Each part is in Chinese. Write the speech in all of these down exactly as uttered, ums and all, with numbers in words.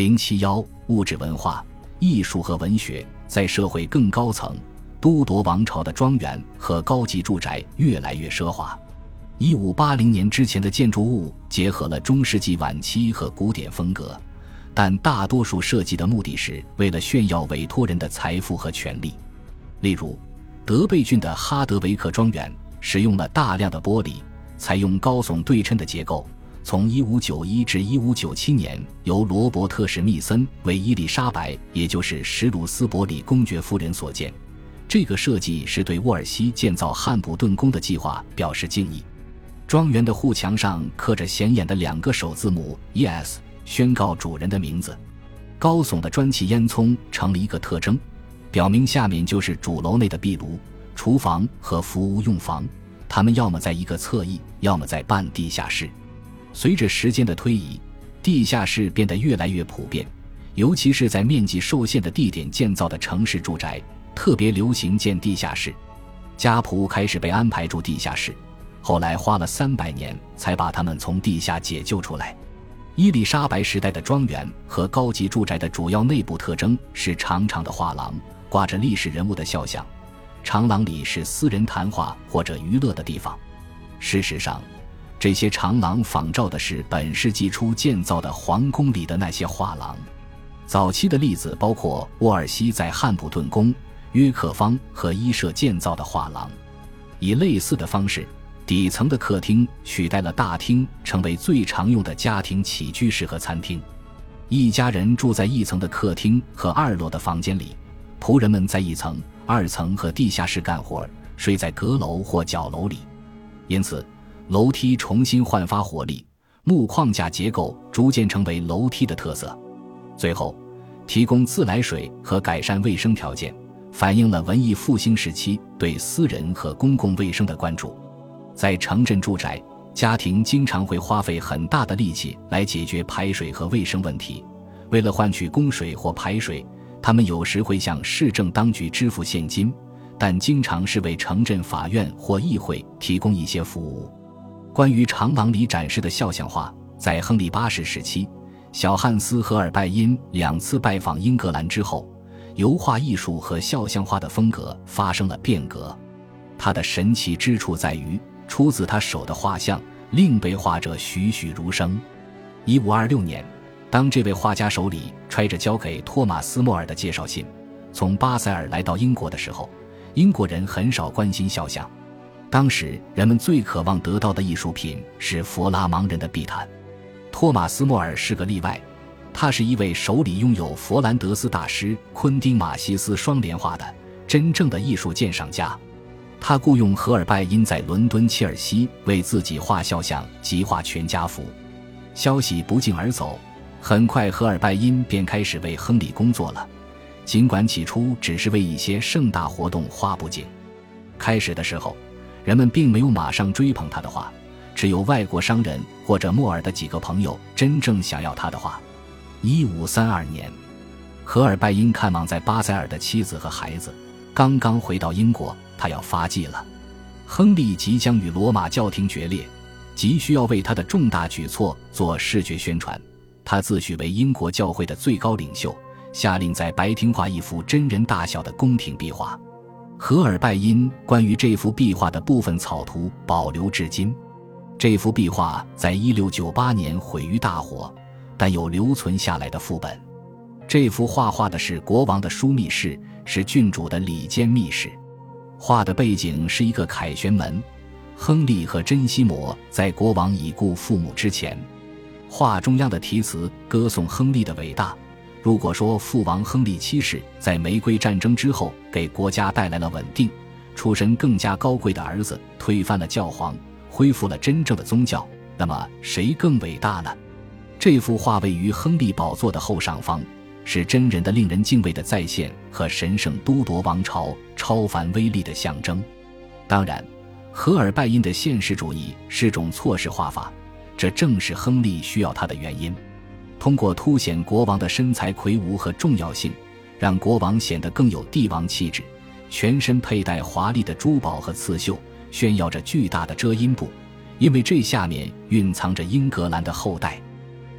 零七一物质文化、艺术和文学在社会更高层，都铎王朝的庄园和高级住宅越来越奢华。一五八零年之前的建筑物结合了中世纪晚期和古典风格，但大多数设计的目的是为了炫耀委托人的财富和权力。例如，德贝郡的哈德维克庄园使用了大量的玻璃，采用高耸对称的结构。从一五九一至一五九七年，由罗伯特·史密森为伊丽莎白，也就是史鲁斯伯里公爵夫人所建。这个设计是对沃尔西建造汉普顿宫的计划表示敬意。庄园的护墙上刻着显眼的两个首字母 E S， 宣告主人的名字。高耸的砖砌烟囱成了一个特征，表明下面就是主楼内的壁炉、厨房和服务用房，它们要么在一个侧翼，要么在半地下室。随着时间的推移，地下室变得越来越普遍，尤其是在面积受限的地点建造的城市住宅，特别流行建地下室。家仆开始被安排住地下室，后来花了三百年才把他们从地下解救出来。伊丽莎白时代的庄园和高级住宅的主要内部特征是长长的画廊，挂着历史人物的肖像，长廊里是私人谈话或者娱乐的地方。事实上，这些长廊仿照的是本世纪初建造的皇宫里的那些画廊。早期的例子包括沃尔西在汉普顿宫、约克坊和伊舍建造的画廊。以类似的方式，底层的客厅取代了大厅，成为最常用的家庭起居室和餐厅。一家人住在一层的客厅和二楼的房间里，仆人们在一层、二层和地下室干活，睡在阁楼或角楼里。因此楼梯重新焕发活力，木框架结构逐渐成为楼梯的特色。最后，提供自来水和改善卫生条件，反映了文艺复兴时期对私人和公共卫生的关注。在城镇住宅，家庭经常会花费很大的力气来解决排水和卫生问题。为了换取供水或排水，他们有时会向市政当局支付现金，但经常是为城镇法院或议会提供一些服务。关于长廊里展示的肖像画，在亨利八世时期，小汉斯·荷尔拜因两次拜访英格兰之后，油画艺术和肖像画的风格发生了变革。它的神奇之处在于，出自他手的画像另被画者栩栩如生。一五二六年，当这位画家手里揣着交给托马斯·莫尔的介绍信，从巴塞尔来到英国的时候，英国人很少关心肖像。当时人们最渴望得到的艺术品是佛拉芒人的地毯。托马斯·莫尔是个例外，他是一位手里拥有佛兰德斯大师昆丁·马西斯双联画的真正的艺术鉴赏家。他雇佣荷尔拜因在伦敦切尔西为自己画肖像及画全家福。消息不胫而走，很快荷尔拜因便开始为亨利工作了，尽管起初只是为一些盛大活动画布景。开始的时候，人们并没有马上追捧他的画，只有外国商人或者莫尔的几个朋友真正想要他的画。一五三二年，荷尔拜因看望在巴塞尔的妻子和孩子，刚刚回到英国，他要发迹了。亨利即将与罗马教廷决裂，急需要为他的重大举措做视觉宣传。他自诩为英国教会的最高领袖，下令在白厅画一幅真人大小的宫廷壁画。荷尔拜因关于这幅壁画的部分草图保留至今。这幅壁画在一六九八年毁于大火，但有留存下来的副本。这幅画画的是国王的枢密室，是郡主的里间密室。画的背景是一个凯旋门，亨利和珍西摩在国王已故父母之前。画中央的题词歌颂亨利的伟大。如果说父王亨利七世在玫瑰战争之后给国家带来了稳定，出身更加高贵的儿子推翻了教皇，恢复了真正的宗教，那么谁更伟大呢？这幅画位于亨利宝座的后上方，是真人的令人敬畏的再现和神圣都铎王朝超凡威力的象征。当然，荷尔拜因的现实主义是种错视画法，这正是亨利需要他的原因。通过凸显国王的身材魁梧和重要性，让国王显得更有帝王气质，全身佩戴华丽的珠宝和刺绣，炫耀着巨大的遮阴布，因为这下面蕴藏着英格兰的后代。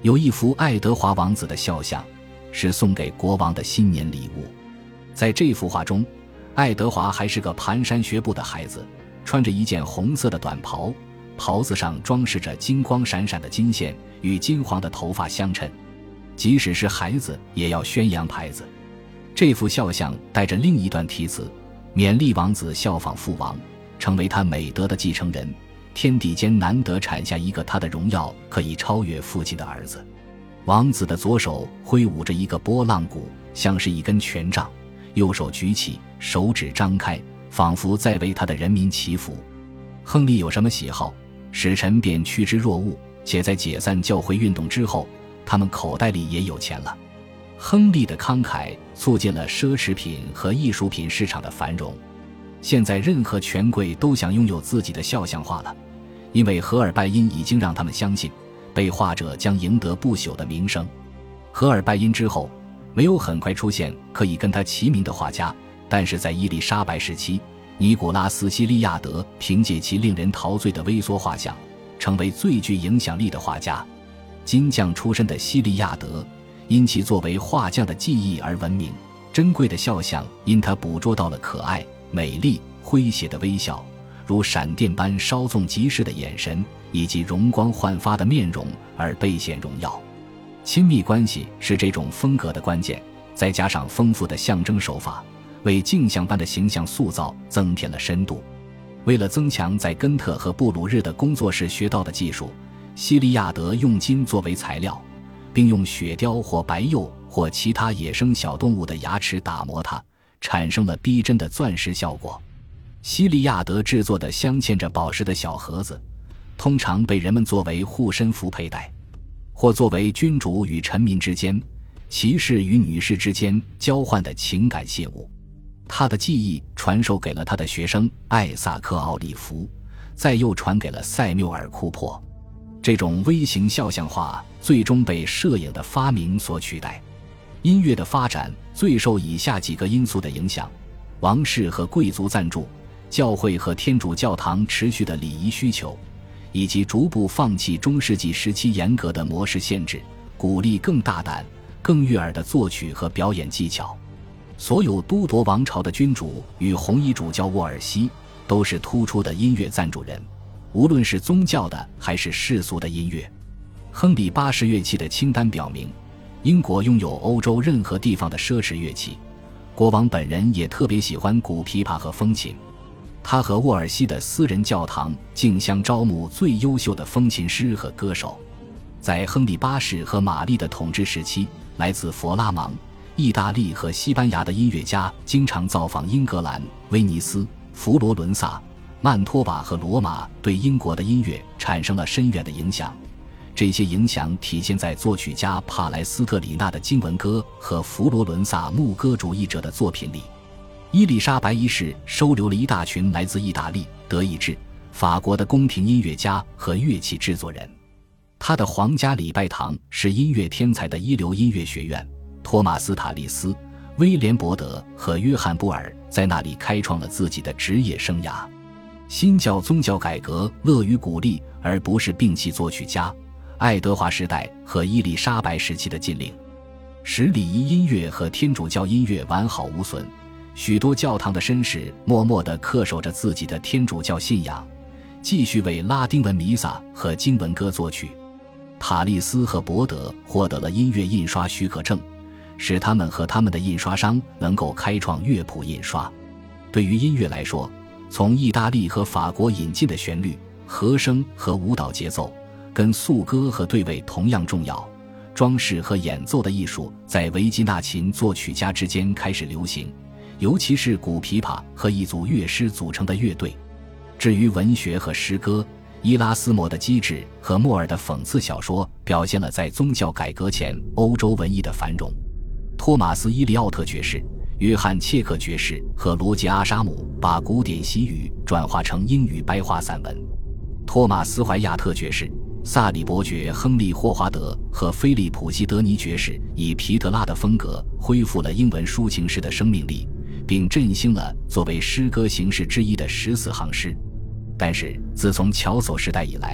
有一幅爱德华王子的肖像，是送给国王的新年礼物。在这幅画中，爱德华还是个蹒跚学步的孩子，穿着一件红色的短袍，袍子上装饰着金光闪闪的金线，与金黄的头发相衬。即使是孩子也要宣扬牌子。这幅肖像带着另一段题词，勉励王子效仿父王，成为他美德的继承人，天地间难得产下一个他的荣耀可以超越父亲的儿子。王子的左手挥舞着一个拨浪鼓，像是一根权杖，右手举起，手指张开，仿佛在为他的人民祈福。亨利有什么喜好，使臣便趋之若鹜，且在解散教会运动之后，他们口袋里也有钱了。亨利的慷慨促进了奢侈品和艺术品市场的繁荣。现在任何权贵都想拥有自己的肖像画了，因为荷尔拜因已经让他们相信，被画者将赢得不朽的名声。荷尔拜因之后，没有很快出现可以跟他齐名的画家，但是在伊丽莎白时期，尼古拉斯·西利亚德凭借其令人陶醉的微缩画像，成为最具影响力的画家。金匠出身的西利亚德因其作为画匠的技艺而闻名，珍贵的肖像因他捕捉到了可爱、美丽、诙谐的微笑，如闪电般稍纵即逝的眼神，以及容光焕发的面容而倍显荣耀。亲密关系是这种风格的关键，再加上丰富的象征手法，为镜像般的形象塑造增添了深度。为了增强在根特和布鲁日的工作室学到的技术，西利亚德用金作为材料，并用雪貂或白鼬或其他野生小动物的牙齿打磨它，产生了逼真的钻石效果。西利亚德制作的镶嵌着宝石的小盒子，通常被人们作为护身符佩戴，或作为君主与臣民之间、骑士与女士之间交换的情感谢物。他的技艺传授给了他的学生艾萨克·奥利弗，再又传给了塞缪尔·库珀。这种微型肖像画最终被摄影的发明所取代。音乐的发展最受以下几个因素的影响：王室和贵族赞助，教会和天主教堂持续的礼仪需求，以及逐步放弃中世纪时期严格的模式限制，鼓励更大胆、更悦耳的作曲和表演技巧。所有都铎王朝的君主与红衣主教沃尔西都是突出的音乐赞助人，无论是宗教的还是世俗的音乐。亨利八十乐器的清单表明，英国拥有欧洲任何地方的奢侈乐器。国王本人也特别喜欢古琵琶和风琴。他和沃尔西的私人教堂竞相招募最优秀的风琴师和歌手。在亨利八世和玛丽的统治时期，来自佛拉芒、意大利和西班牙的音乐家经常造访英格兰、威尼斯、佛罗伦萨、曼托瓦和罗马，对英国的音乐产生了深远的影响。这些影响体现在作曲家帕莱斯特里纳的经文歌和佛罗伦萨牧歌主义者的作品里。伊丽莎白一世收留了一大群来自意大利、德意志、法国的宫廷音乐家和乐器制作人。他的皇家礼拜堂是音乐天才的一流音乐学院，托马斯·塔利斯、威廉·伯德和约翰·布尔在那里开创了自己的职业生涯。新教宗教改革乐于鼓励而不是摒弃作曲家。爱德华时代和伊丽莎白时期的禁令使礼仪音乐和天主教音乐完好无损，许多教堂的绅士默默地恪守着自己的天主教信仰，继续为拉丁文弥撒和经文歌作曲。塔利斯和伯德获得了音乐印刷许可证，使他们和他们的印刷商能够开创乐谱印刷。对于音乐来说，从意大利和法国引进的旋律、和声和舞蹈节奏，跟颂歌和对位同样重要。装饰和演奏的艺术在维吉纳琴作曲家之间开始流行，尤其是古琵琶和一组乐师组成的乐队。至于文学和诗歌，伊拉斯谟的机智和莫尔的讽刺小说表现了在宗教改革前欧洲文艺的繁荣。托马斯·伊利奥特爵士、约翰·切克爵士和罗杰·阿沙姆把古典西语转化成英语白话散文。托马斯·怀亚特爵士、萨里伯爵亨利·霍华德和菲利普·西德尼爵士以皮特拉的风格恢复了英文抒情诗的生命力，并振兴了作为诗歌形式之一的十四行诗。但是自从乔叟时代以来，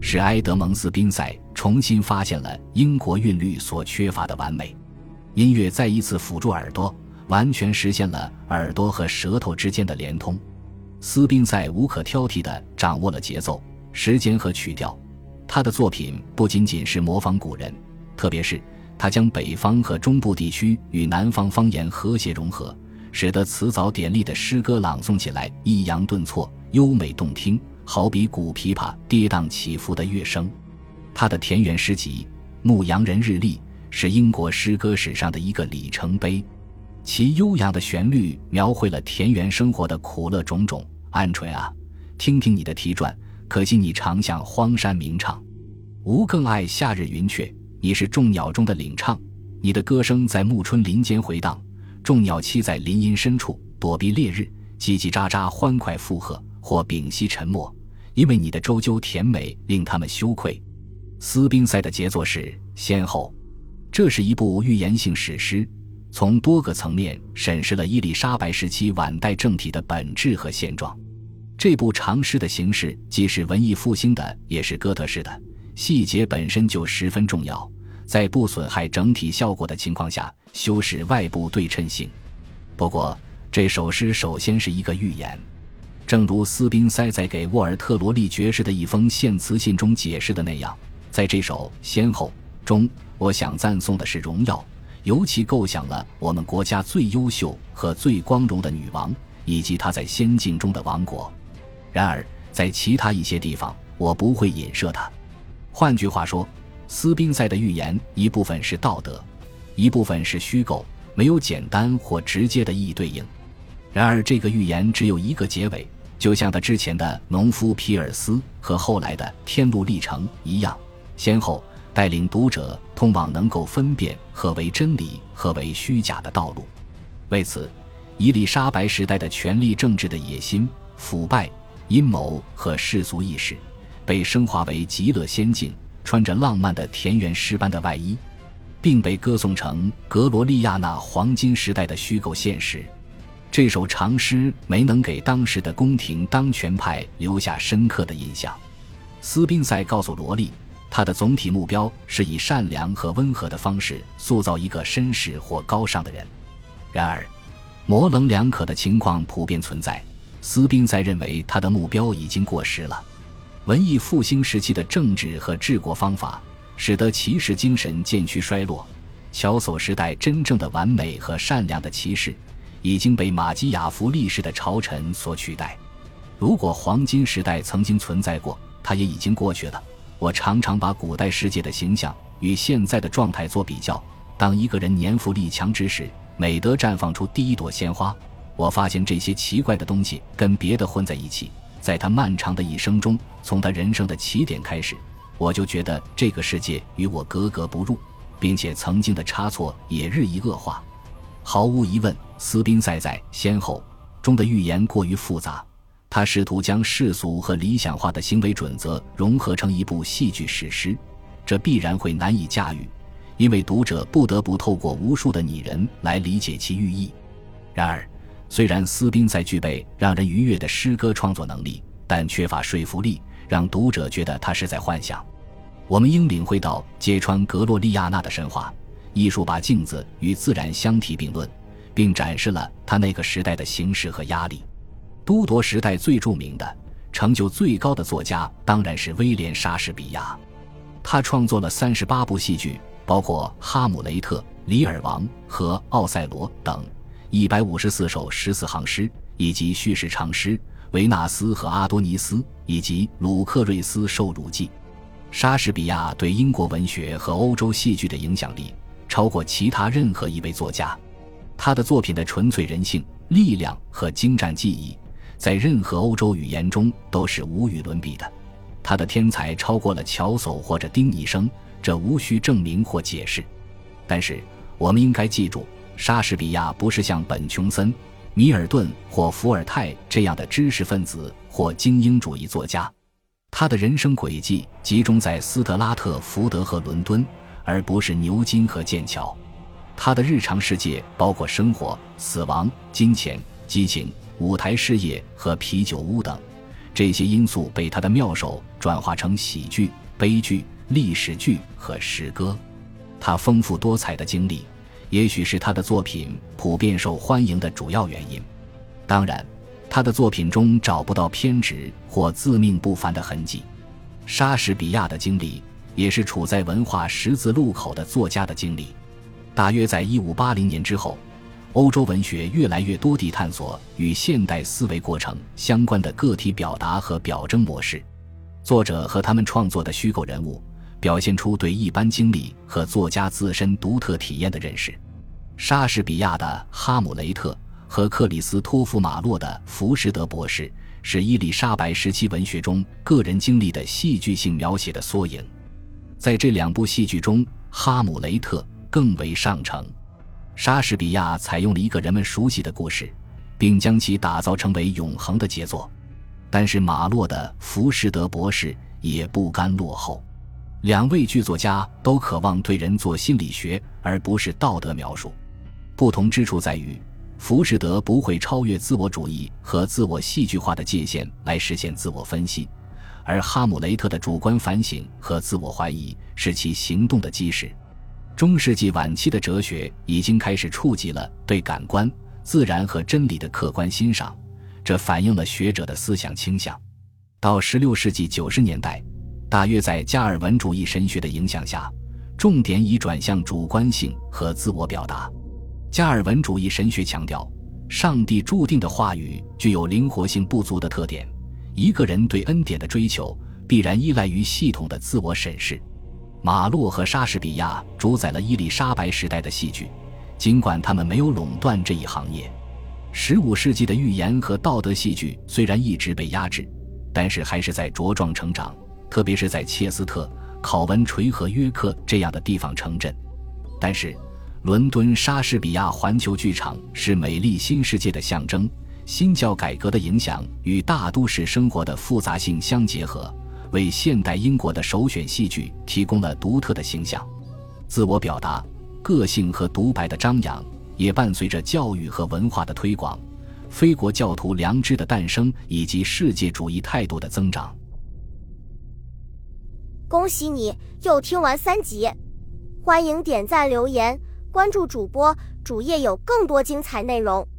使埃德蒙斯宾塞重新发现了英国韵律所缺乏的完美。音乐再一次辅助耳朵，完全实现了耳朵和舌头之间的连通。斯宾塞无可挑剔地掌握了节奏、时间和曲调。他的作品不仅仅是模仿古人，特别是他将北方和中部地区与南方方言和谐融合，使得词藻典丽的诗歌朗诵起来抑扬顿挫，优美动听，好比古琵琶跌宕起伏的乐声。他的田园诗集《牧羊人日历》是英国诗歌史上的一个里程碑，其悠扬的旋律描绘了田园生活的苦乐种种。鹌鹑啊，听听你的啼啭，可惜你常向荒山鸣唱。吾更爱夏日云雀，你是众鸟中的领唱，你的歌声在暮春林间回荡，众鸟栖在林荫深处躲避烈日，叽叽喳喳欢快附和，或屏息沉默，因为你的啁啾甜美令他们羞愧。斯宾塞的杰作是《先后》，这是一部寓言性史诗，从多个层面审视了伊丽莎白时期晚代政体的本质和现状。这部长诗的形式既是文艺复兴的，也是哥特式的，细节本身就十分重要，在不损害整体效果的情况下修饰外部对称性。不过这首诗首先是一个寓言，正如斯宾塞在给沃尔特罗利爵士的一封献词信中解释的那样，在这首先后中，我想赞颂的是荣耀，尤其构想了我们国家最优秀和最光荣的女王，以及她在仙境中的王国。然而在其他一些地方我不会引涉它。换句话说，斯宾塞的寓言一部分是道德，一部分是虚构，没有简单或直接的意义对应。然而这个寓言只有一个结尾，就像他之前的农夫皮尔斯和后来的天路历程一样，先后带领读者通往能够分辨何为真理何为虚假的道路。为此，伊丽莎白时代的权力政治的野心、腐败、阴谋和世俗意识被升华为极乐仙境，穿着浪漫的田园诗般的外衣，并被歌颂成格罗利亚那黄金时代的虚构现实。这首长诗没能给当时的宫廷当权派留下深刻的印象。斯宾塞告诉罗莉，他的总体目标是以善良和温和的方式塑造一个绅士或高尚的人。然而模棱两可的情况普遍存在，斯宾塞认为他的目标已经过时了。文艺复兴时期的政治和治国方法使得骑士精神渐趋衰落，乔叟时代真正的完美和善良的骑士已经被马基雅弗利式的朝臣所取代。如果黄金时代曾经存在过，它也已经过去了。我常常把古代世界的形象与现在的状态做比较，当一个人年富力强之时，美德绽放出第一朵鲜花，我发现这些奇怪的东西跟别的混在一起。在他漫长的一生中，从他人生的起点开始，我就觉得这个世界与我格格不入，并且曾经的差错也日益恶化。毫无疑问，斯宾塞在先后中的寓言过于复杂，他试图将世俗和理想化的行为准则融合成一部戏剧史诗，这必然会难以驾驭，因为读者不得不透过无数的拟人来理解其寓意。然而虽然斯宾塞具备让人愉悦的诗歌创作能力，但缺乏说服力，让读者觉得他是在幻想。我们应领会到揭穿格洛利亚纳的神话，艺术把镜子与自然相提并论，并展示了他那个时代的形势和压力。都铎时代最著名的、成就最高的作家当然是威廉·莎士比亚，他创作了三十八部戏剧，包括《哈姆雷特》《李尔王》和《奥赛罗》等，一百五十四首十四行诗，以及叙事长诗《维纳斯和阿多尼斯》以及《鲁克瑞斯受辱记》。莎士比亚对英国文学和欧洲戏剧的影响力超过其他任何一位作家，他的作品的纯粹人性、力量和精湛技艺在任何欧洲语言中都是无与伦比的。他的天才超过了乔叟或者丁尼生，这无需证明或解释。但是我们应该记住，莎士比亚不是像本琼森、米尔顿或伏尔泰这样的知识分子或精英主义作家，他的人生轨迹集中在斯特拉特福德和伦敦，而不是牛津和剑桥。他的日常世界包括生活、死亡、金钱、激情、舞台事业和啤酒屋等， 这些因素被他的妙手转化成喜剧、悲剧、历史剧和诗歌。他丰富多彩的经历也许是他的作品普遍受欢迎的主要原因。当然，他的作品中找不到偏执或自命不凡的痕迹。莎士比亚的经历也是处在文化十字路口的作家的经历。大约在一五八零年之后，欧洲文学越来越多地探索与现代思维过程相关的个体表达和表征模式。作者和他们创作的虚构人物表现出对一般经历和作家自身独特体验的认识。莎士比亚的《哈姆雷特》和克里斯托弗·马洛的《浮士德博士》是伊丽莎白时期文学中个人经历的戏剧性描写的缩影。在这两部戏剧中，《哈姆雷特》更为上乘。莎士比亚采用了一个人们熟悉的故事，并将其打造成为永恒的杰作。但是马洛的《浮士德博士》也不甘落后。两位剧作家都渴望对人做心理学，而不是道德描述。不同之处在于，浮士德不会超越自我主义和自我戏剧化的界限来实现自我分析，而哈姆雷特的主观反省和自我怀疑是其行动的基石。中世纪晚期的哲学已经开始触及了对感官、自然和真理的客观欣赏，这反映了学者的思想倾向。到十六世纪九十年代，大约在加尔文主义神学的影响下，重点已转向主观性和自我表达。加尔文主义神学强调，上帝注定的话语具有灵活性不足的特点，一个人对恩典的追求必然依赖于系统的自我审视。马洛和莎士比亚主宰了伊丽莎白时代的戏剧，尽管他们没有垄断这一行业。十五世纪的寓言和道德戏剧虽然一直被压制，但是还是在茁壮成长，特别是在切斯特、考文垂和约克这样的地方城镇。但是伦敦莎士比亚环球剧场是美丽新世界的象征，新教改革的影响与大都市生活的复杂性相结合，为现代英国的首选戏剧提供了独特的形象。自我表达、个性和独白的张扬也伴随着教育和文化的推广、非国教徒良知的诞生以及世界主义态度的增长。 恭喜你又听完三集，欢迎点赞留言，关注主播，主页有更多精彩内容。